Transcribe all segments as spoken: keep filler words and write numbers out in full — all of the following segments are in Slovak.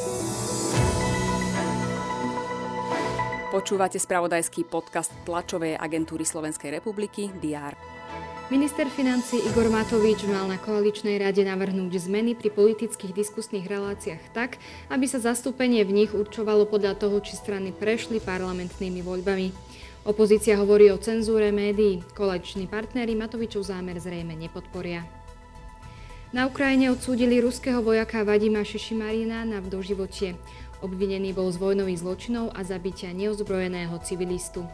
Počúvate spravodajský podcast tlačovej agentúry Slovenskej republiky dé er. Minister financií Igor Matovič mal na koaličnej rade navrhnúť zmeny pri politických diskusných reláciách tak, aby sa zastúpenie v nich určovalo podľa toho, či strany prešli parlamentnými voľbami. Opozícia hovorí o cenzúre médií. Koaliční partneri Matovičov zámer zrejme nepodporia. Na Ukrajine odsúdili ruského vojaka Vadima Šišimarina na doživotie. Obvinený bol z vojnových zločinov a zabitia neozbrojeného civilistu.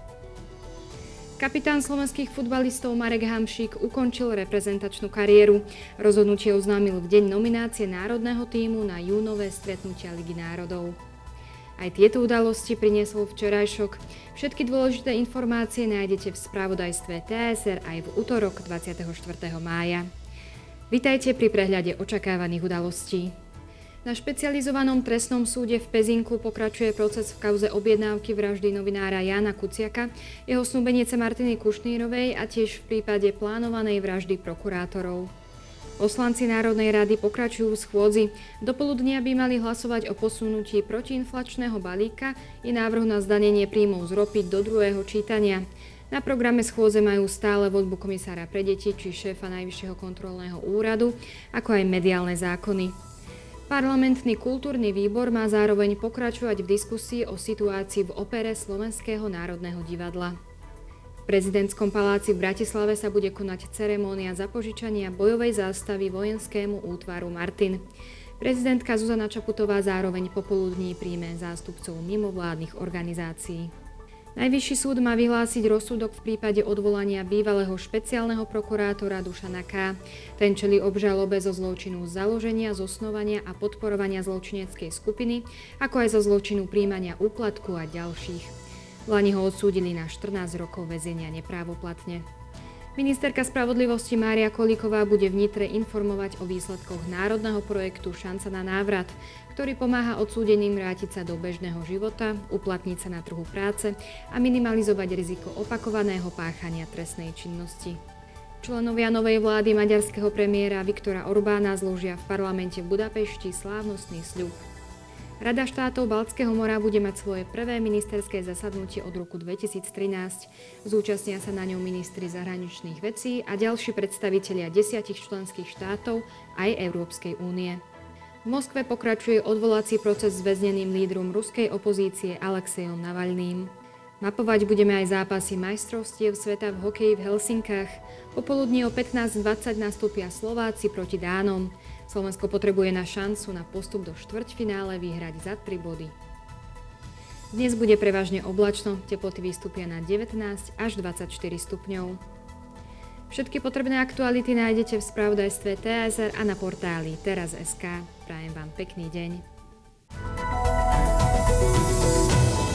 Kapitán slovenských futbalistov Marek Hamšík ukončil reprezentačnú kariéru. Rozhodnutie oznámil v deň nominácie národného tímu na júnové stretnutia Ligy národov. Aj tieto udalosti priniesol včerajšok. Všetky dôležité informácie nájdete v spravodajstve té es er aj v utorok dvadsiateho štvrtého mája. Vitajte pri prehľade očakávaných udalostí. Na špecializovanom trestnom súde v Pezinku pokračuje proces v kauze objednávky vraždy novinára Jána Kuciaka, jeho snúbenice Martiny Kušnírovej a tiež v prípade plánovanej vraždy prokurátorov. Poslanci Národnej rady pokračujú v schôdzi. Do poludnia by mali hlasovať o posunutí protiinflačného balíka i návrhu na zdanenie príjmov z ropy do druhého čítania. Na programe schôdze majú stále voľbu komisára pre deti či šéfa Najvyššieho kontrolného úradu, ako aj mediálne zákony. Parlamentný kultúrny výbor má zároveň pokračovať v diskusii o situácii v opere Slovenského národného divadla. V prezidentskom paláci v Bratislave sa bude konať ceremónia zapožičania bojovej zástavy vojenskému útvaru Martin. Prezidentka Zuzana Čaputová zároveň popoludní príjme zástupcov mimovládnych organizácií. Najvyšší súd má vyhlásiť rozsudok v prípade odvolania bývalého špeciálneho prokurátora Dušana K. Ten čelí obžalobe zo zločinu založenia, zosnovania a podporovania zločineckej skupiny, ako aj zo zločinu príjmania úplatku a ďalších. Vlani ho odsúdili na štrnásť rokov väzenia neprávoplatne. Ministerka spravodlivosti Mária Kolíková bude v Nitre informovať o výsledkoch národného projektu Šanca na návrat, ktorý pomáha odsúdeným vrátiť sa do bežného života, uplatniť sa na trhu práce a minimalizovať riziko opakovaného páchania trestnej činnosti. Členovia novej vlády maďarského premiéra Viktora Orbána zložia v parlamente v Budapešti slávnostný sľub. Rada štátov Baltského mora bude mať svoje prvé ministerské zasadnutie od roku dvetisíctrinásť. Zúčastnia sa na ňom ministri zahraničných vecí a ďalší predstavitelia desiatich členských štátov aj Európskej únie. V Moskve pokračuje odvolací proces s väzneným lídrom ruskej opozície Alexejom Navalným. Mapovať budeme aj zápasy majstrovstiev sveta v hokeji v Helsinkách. Popoludní o pätnásť dvadsať nastúpia Slováci proti Dánom. Slovensko potrebuje na šancu na postup do štvrťfinále vyhrať za tri body. Dnes bude prevažne oblačno, teploty vystúpia na devätnásť až dvadsaťštyri stupňov. Všetky potrebné aktuality nájdete v spravodajstve té es er a na portáli teraz bodka es ká. Prajem vám pekný deň.